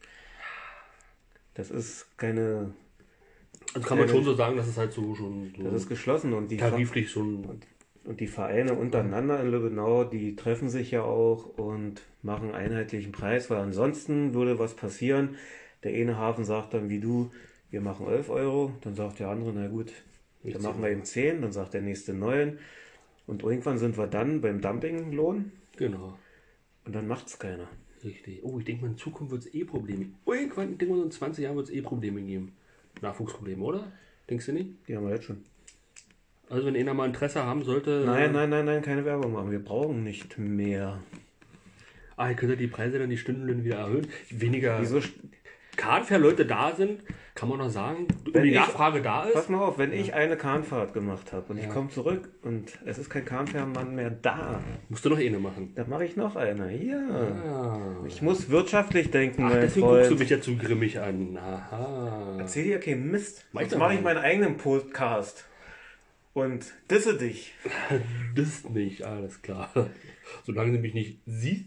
Das ist keine, Also kann man schon so sagen, dass es halt so schon so das ist geschlossen und die, Ver- tariflich schon. und die Vereine untereinander in Lübbenau, die treffen sich ja auch und machen einen einheitlichen Preis, weil ansonsten würde was passieren. Der eine Hafen sagt dann wie du, wir machen elf Euro, dann sagt der andere, na gut, Ich dann zehn machen wir eben zehn, dann sagt der nächste neun und irgendwann sind wir dann beim Dumpinglohn Genau. und dann macht's keiner. Richtig. Oh, ich denke mal, in Zukunft wird es eh Probleme. Irgendwann, ich denke mal, so in zwanzig Jahren wird es eh Probleme geben. Nachwuchsprobleme, oder? Denkst du nicht? Die haben wir jetzt schon. Also wenn einer mal Interesse haben sollte. Nein, äh, nein, nein, nein, keine Werbung machen. Wir brauchen nicht mehr. Ah, ihr könnt ja die Preise dann die Stundenlöhne wieder erhöhen. Weniger Wieso? Kahnfährleute da sind, kann man noch sagen, Wenn wenn die ich- Nachfrage da ist. Pass mal auf, wenn ich eine Kahnfahrt gemacht habe und ich Ja. komme zurück und es ist kein Kahnfährmann mehr da, Musst du noch eine machen. dann mache ich noch eine. Ja. Ah. Ich muss wirtschaftlich denken, Ach, mein deswegen guckst du Freund. mich jetzt so grimmig an. Aha. Erzähl dir keinen Mist. Mach ich Jetzt doch mache ich mal. meinen eigenen Podcast und disse dich. Das ist nicht, alles klar. Solange sie mich nicht siehst.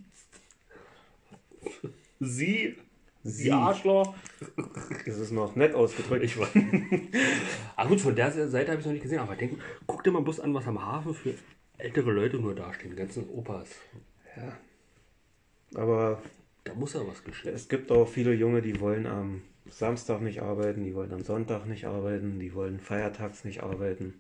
Sie, Sie. sie Arschloch. Das ist noch nett ausgedrückt. Ich weiß. Aber gut, von der Seite habe ich es noch nicht gesehen. Aber denk, guck dir mal bloß an, was am Hafen für ältere Leute nur dastehen. Die ganzen Opas. Aber Da muss ja was geschehen. es gibt auch viele Junge, die wollen am Samstag nicht arbeiten, die wollen am Sonntag nicht arbeiten, die wollen feiertags nicht arbeiten.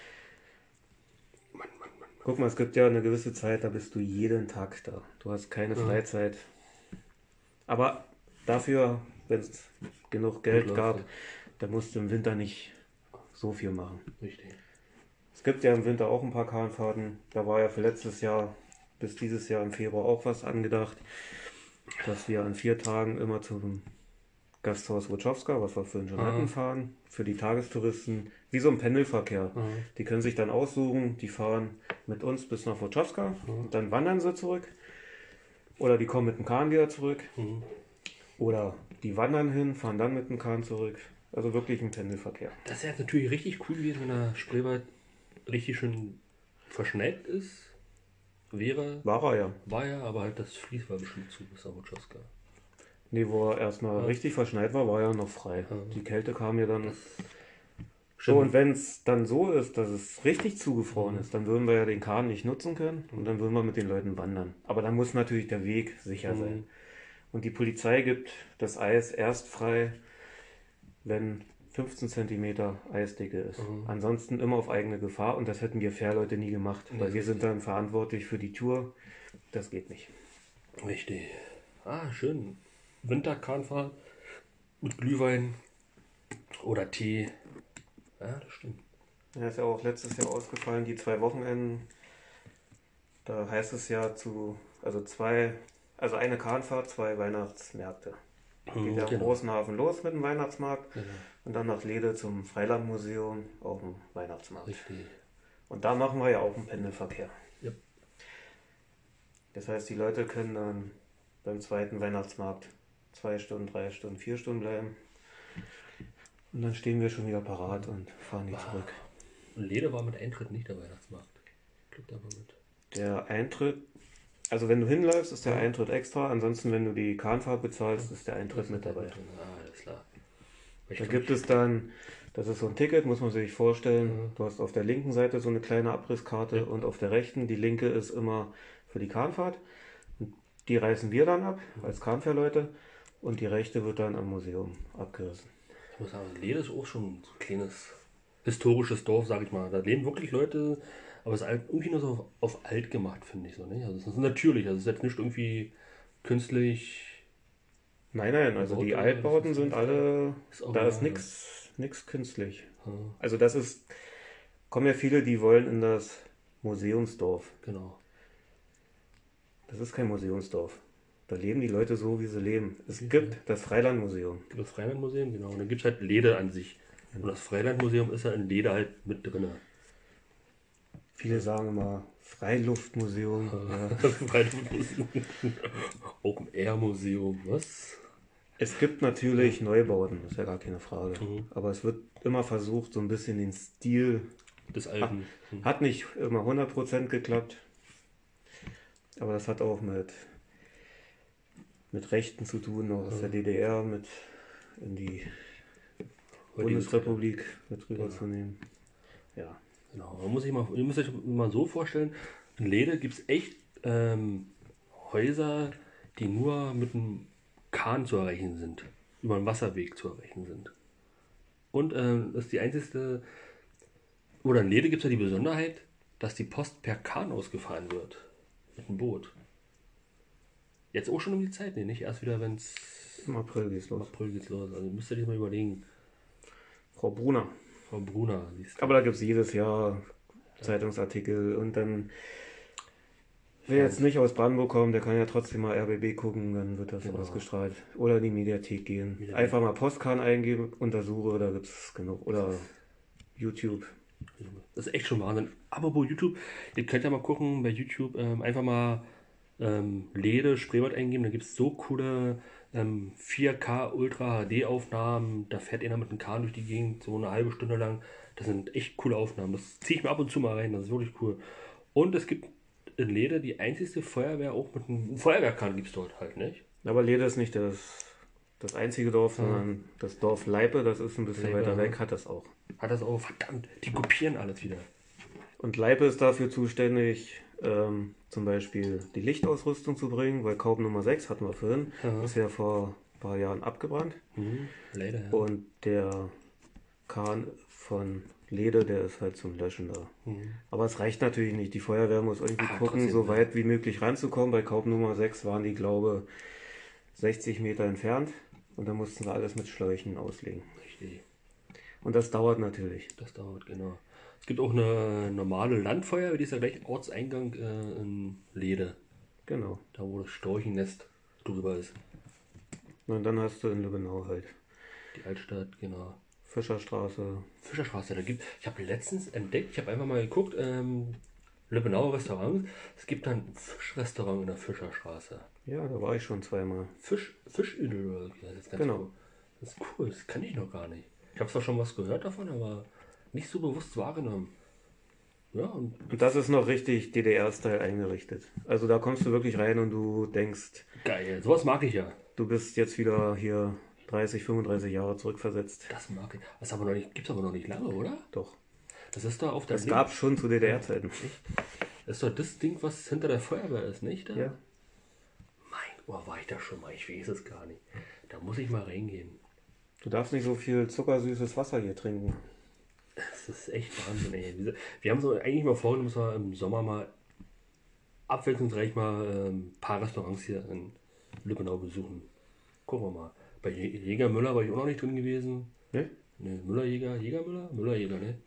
Mann, Mann, Mann. Guck mal, es gibt ja eine gewisse Zeit, da bist du jeden Tag da. Du hast keine Ja. Freizeit. Aber dafür, wenn es genug Geld läuft gab, das. dann musst du im Winter nicht so viel machen. Richtig. Es gibt ja im Winter auch ein paar Kahnfahrten. Da war ja für letztes Jahr bis dieses Jahr im Februar auch was angedacht, dass wir an vier Tagen immer zum Gasthaus Wojciechowska, was wir vorhin schon Ah. hatten, fahren. Für die Tagestouristen, wie so ein Pendelverkehr. Aha. Die können sich dann aussuchen, die fahren mit uns bis nach Wojciechowska und dann wandern sie zurück. Oder die kommen mit dem Kahn wieder zurück. Mhm. Oder die wandern hin, fahren dann mit dem Kahn zurück. Also wirklich ein Pendelverkehr. Das ist ja natürlich richtig cool gewesen, wenn der Spreewald richtig schön verschneit ist. Wäre, War er ja. war ja, aber halt das Fließ war bestimmt zu bis nach Wojciechowska. Nee, wo er erstmal Ja. richtig verschneit war, war er noch frei. Ja. Die Kälte kam ja dann. So, Stimmt. und wenn es dann so ist, dass es richtig zugefroren ist, dann würden wir ja den Kahn nicht nutzen können und dann würden wir mit den Leuten wandern. Aber dann muss natürlich der Weg sicher Mhm. sein. Und die Polizei gibt das Eis erst frei, wenn fünfzehn Zentimeter Eisdicke ist. Mhm. Ansonsten immer auf eigene Gefahr und das hätten wir Fährleute nie gemacht, Nee, weil wir richtig. sind dann verantwortlich für die Tour. Das geht nicht. Richtig. Ah, schön. Winterkahnfahrt mit Glühwein oder Tee. Ja, das stimmt. Ja, ist ja auch letztes Jahr ausgefallen, die zwei Wochenenden. Da heißt es ja zu, also zwei, also eine Kahnfahrt, zwei Weihnachtsmärkte. Geht ja am genau. Großen Hafen los mit dem Weihnachtsmarkt Genau. und dann nach Lede zum Freilandmuseum auf dem Weihnachtsmarkt. Richtig. Und da machen wir ja auch einen Pendelverkehr. Ja. Das heißt, die Leute können dann beim zweiten Weihnachtsmarkt zwei Stunden, drei Stunden, vier Stunden bleiben. Und dann stehen wir schon wieder parat und fahren die zurück. Und Lede war mit Eintritt nicht der Weihnachtsmarkt. Ich glaube, da war mit. Der Eintritt, also wenn du hinläufst, ist der ja. Eintritt extra. Ansonsten, wenn du die Kahnfahrt bezahlst, ist der Eintritt mit dabei. Ah, alles klar. Da gibt es dann, das ist so ein Ticket, muss man sich vorstellen. Mhm. Du hast auf der linken Seite so eine kleine Abrisskarte ja. und auf der rechten, die linke ist immer für die Kahnfahrt. Und die reißen wir dann ab, mhm. als Kahnfährleute. Und die rechte wird dann am Museum abgerissen. Ich muss sagen, Lede ist auch schon so ein kleines historisches Dorf, sag ich mal. Da leben wirklich Leute, aber es ist irgendwie nur so auf alt gemacht, finde ich so. Nicht? Also es ist natürlich, also es ist jetzt nicht irgendwie künstlich. Nein, nein, also die Altbauten sind alle, ist da ist nichts nichts künstlich. Hm. Also das ist, kommen ja viele, die wollen in das Museumsdorf. Genau. Das ist kein Museumsdorf. Da leben die Leute so, wie sie leben. Es okay. gibt das Freilandmuseum. Das Freilandmuseum, genau. Und dann gibt es halt Lede an sich. Ja. Und das Freilandmuseum ist ja in Lede halt mit drin. Viele sagen immer Freiluftmuseum. Ja. Freiluftmuseum. Open-Air-Museum, was? Es gibt natürlich Neubauten, das ist ja gar keine Frage. Mhm. Aber es wird immer versucht, so ein bisschen den Stil des Alten. Mhm. Hat nicht immer hundert Prozent geklappt. Aber das hat auch mit, mit Rechten zu tun, auch aus mhm. der D D R mit in die Bundesrepublik mit rüberzunehmen. Ja. Genau, man muss sich mal, ihr müsst euch mal so vorstellen, in Lede gibt es echt ähm, Häuser, die nur mit einem Kahn zu erreichen sind, über einen Wasserweg zu erreichen sind. Und ähm, das ist die einzige, oder in Lede gibt es ja die Besonderheit, dass die Post per Kahn ausgefahren wird, mit einem Boot. Jetzt auch schon um die Zeit, nee, nicht erst wieder, wenn es... Im April geht's los. Im April geht's los, also müsst ihr dir mal überlegen. Frau Brunner. Frau Brunner. Aber da gibt es jedes Jahr Zeitungsartikel und dann, wer jetzt nicht aus Brandenburg kommt, der kann ja trotzdem mal R B B gucken, dann wird das genau. ausgestrahlt. Oder in die Mediathek gehen. Mediathek. Einfach mal Postkahn eingeben, untersuche, da gibt es genug. Oder YouTube. Das ist echt schon Wahnsinn. Apropos YouTube, ihr könnt ja mal gucken bei YouTube, ähm, einfach mal ähm, Lede, Spreewald eingeben, da gibt es so coole ähm, vier K Ultra H D Aufnahmen, da fährt einer mit einem Kahn durch die Gegend, so eine halbe Stunde lang. Das sind echt coole Aufnahmen, das ziehe ich mir ab und zu mal rein, das ist wirklich cool. Und es gibt in Lede die einzigste Feuerwehr, auch mit einem Feuerwehrkahn gibt es dort halt, nicht? Aber Lede ist nicht das, das einzige Dorf, sondern ja. das Dorf Leipe, das ist ein bisschen Leipe, weiter weg, hat das auch. Hat das auch, verdammt, die kopieren alles wieder. Und Leipe ist dafür zuständig, ähm, zum Beispiel die Lichtausrüstung zu bringen, weil Kaub Nummer sechs hatten wir vorhin, ja. ist ja vor ein paar Jahren abgebrannt. Mhm, leider, ja. Und der Kahn von Lede, der ist halt zum Löschen da. Mhm. Aber es reicht natürlich nicht. Die Feuerwehr muss irgendwie ah, gucken, trotzdem, so weit wie möglich ranzukommen. Bei Kaub Nummer sechs waren die, glaube ich, sechzig Meter entfernt. Und dann mussten sie alles mit Schläuchen auslegen. Richtig. Und das dauert natürlich. Das dauert, genau. Es gibt auch eine normale Landfeuerwehr, die ist ja gleich Ortseingang äh, in Lede. Genau. Da wo das Storchennest drüber ist. Und dann hast du in Lübbenau halt. Die Altstadt, genau. Fischerstraße. Fischerstraße, da gibt ich habe letztens entdeckt, ich habe einfach mal geguckt, ähm, Lübbenauer Restaurant, es gibt dann ein Fischrestaurant in der Fischerstraße. Ja, da war ich schon zweimal. Fisch, Fischödel oder das ist ganz genau. Cool. Das ist cool, das kann ich noch gar nicht. Ich habe zwar schon was gehört davon, aber nicht so bewusst wahrgenommen. Ja, und, und das ist noch richtig D D R-Style eingerichtet. Also da kommst du wirklich rein und du denkst... Geil, sowas mag ich ja. Du bist jetzt wieder hier dreißig, fünfunddreißig Jahre zurückversetzt. Das mag ich. Das aber noch nicht, gibt's aber noch nicht lange, oder? Doch. Das ist da auf der... Das gab es schon zu D D R-Zeiten. Das ist doch das Ding, was hinter der Feuerwehr ist, nicht? Da? Ja. Mein, oh, war ich da schon mal? Ich weiß es gar nicht. Da muss ich mal reingehen. Du darfst nicht so viel zuckersüßes Wasser hier trinken. Das ist echt Wahnsinn, ey. Wir haben so eigentlich mal vorgenommen, dass wir im Sommer mal abwechslungsreich mal ein ähm, paar Restaurants hier in Lübbenau besuchen. Gucken wir mal. Bei Jäger Müller war ich auch noch nicht drin gewesen. Ne? Ne, Müller-Jäger, Jäger-Müller? Müller-Jäger, ne?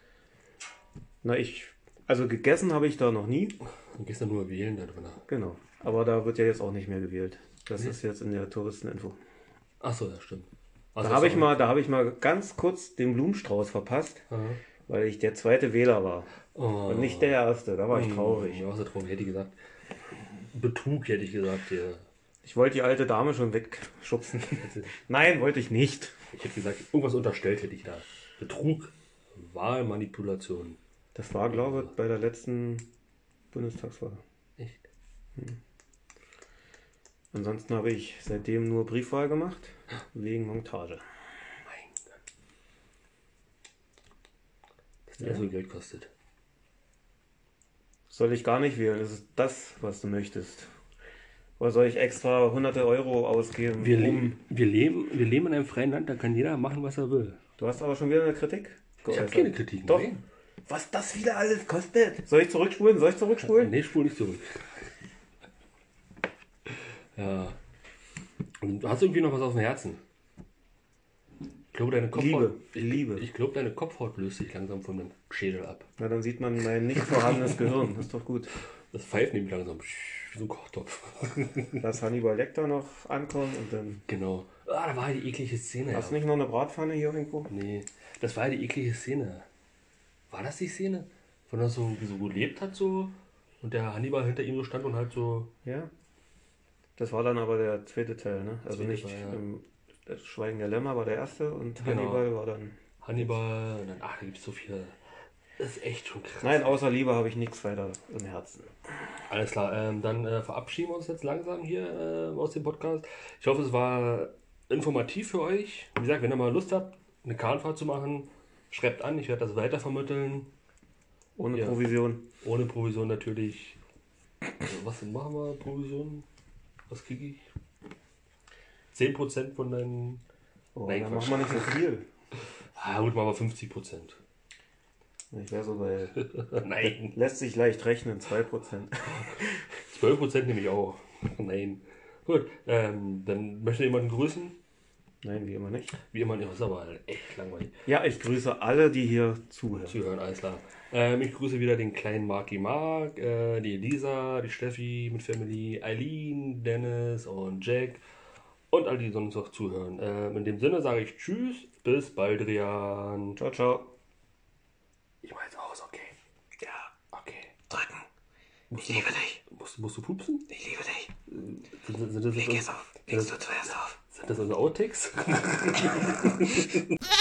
Na, ich, also gegessen habe ich da noch nie. Und gestern nur wählen da drin. Genau. Aber da wird ja jetzt auch nicht mehr gewählt. Das nee. ist jetzt in der Touristeninfo. Achso, ja, stimmt. Also da habe ich, mal, da hab ich mal ganz kurz den Blumenstrauß verpasst, aha, weil ich der zweite Wähler war. Oh. Und nicht der erste. Da war ich traurig. Ja, so traurig, hätte ich gesagt. Betrug, hätte ich gesagt. Ja. Ich wollte die alte Dame schon wegschubsen. Nein, wollte ich nicht. Ich hätte gesagt, irgendwas unterstellt hätte ich da. Betrug, Wahlmanipulation. Das war, glaube ich, bei der letzten Bundestagswahl. Echt? Hm. Ansonsten habe ich seitdem nur Briefwahl gemacht, wegen Montage. Mein Gott. Dass der ja. so Geld kostet. Soll ich gar nicht wählen? Das ist das, was du möchtest. Oder soll ich extra hunderte Euro ausgeben? Wir, um... wir, leben, wir leben in einem freien Land, da kann jeder machen, was er will. Du hast aber schon wieder eine Kritik geäußert. Ich habe keine Kritik. Doch. Nein. Was das wieder alles kostet. Soll ich zurückspulen? Soll ich zurückspulen? Nee, spul nicht zurück. Ja. Und du hast irgendwie noch was auf dem Herzen. Ich glaube, deine Kopfhaut... Liebe. Liebe. Ich glaube, deine Kopfhaut löst sich langsam von dem Schädel ab. Na, dann sieht man mein nicht vorhandenes Gehirn. Das ist doch gut. Das pfeift nämlich langsam. Wie so ein Kochtopf. Lass Hannibal Lecter noch ankommen und dann... Genau. Ah, da war die eklige Szene. Hast du nicht noch eine Bratpfanne hier irgendwo? Nee, das war die eklige Szene. War das die Szene? Von er so, so gelebt hat so und der Hannibal hinter ihm so stand und halt so... Ja. Das war dann aber der zweite Teil, ne? Also zweite nicht war, ja. im, das Schweigen der Lämmer war der erste und genau. Hannibal war dann... Hannibal und dann, ach, da gibt es so viele... Das ist echt schon krass. Nein, außer Liebe habe ich nichts weiter im Herzen. Alles klar, ähm, dann äh, verabschieden wir uns jetzt langsam hier äh, aus dem Podcast. Ich hoffe, es war informativ für euch. Wie gesagt, wenn ihr mal Lust habt, eine Kahnfahrt zu machen, schreibt an, ich werde das weitervermitteln. Ohne ja. Provision. Ohne Provision natürlich. Also, was machen wir Provision? Was kriege ich? zehn Prozent von deinen... Oh, Nein, dann machen wir nicht so viel. Ah, gut, machen wir fünfzig Prozent. Ich wäre so bei... Nein. Lässt sich leicht rechnen, zwei Prozent. zwölf Prozent nehme ich auch. Nein. Gut, ähm, dann möchte jemanden grüßen? Nein, wie immer nicht. Wie immer nicht, das ist aber echt langweilig. Ja, ich grüße alle, die hier zuhören. Zuhören, alles klar. Ähm, ich grüße wieder den kleinen Marky Mark, äh, die Elisa, die Steffi mit Family, Eileen, Dennis und Jack und all die sonst noch zuhören. Ähm, in dem Sinne sage ich Tschüss, bis bald, Rian. Ciao, ciao. Ich mach jetzt aus, okay? Ja. Okay. Drücken. Musst ich liebe noch, dich. Musst, musst du pupsen? Ich liebe dich. Sind, sind, sind das Leg so, jetzt auf. Legst du zuerst auf. Sind das unsere Outtakes?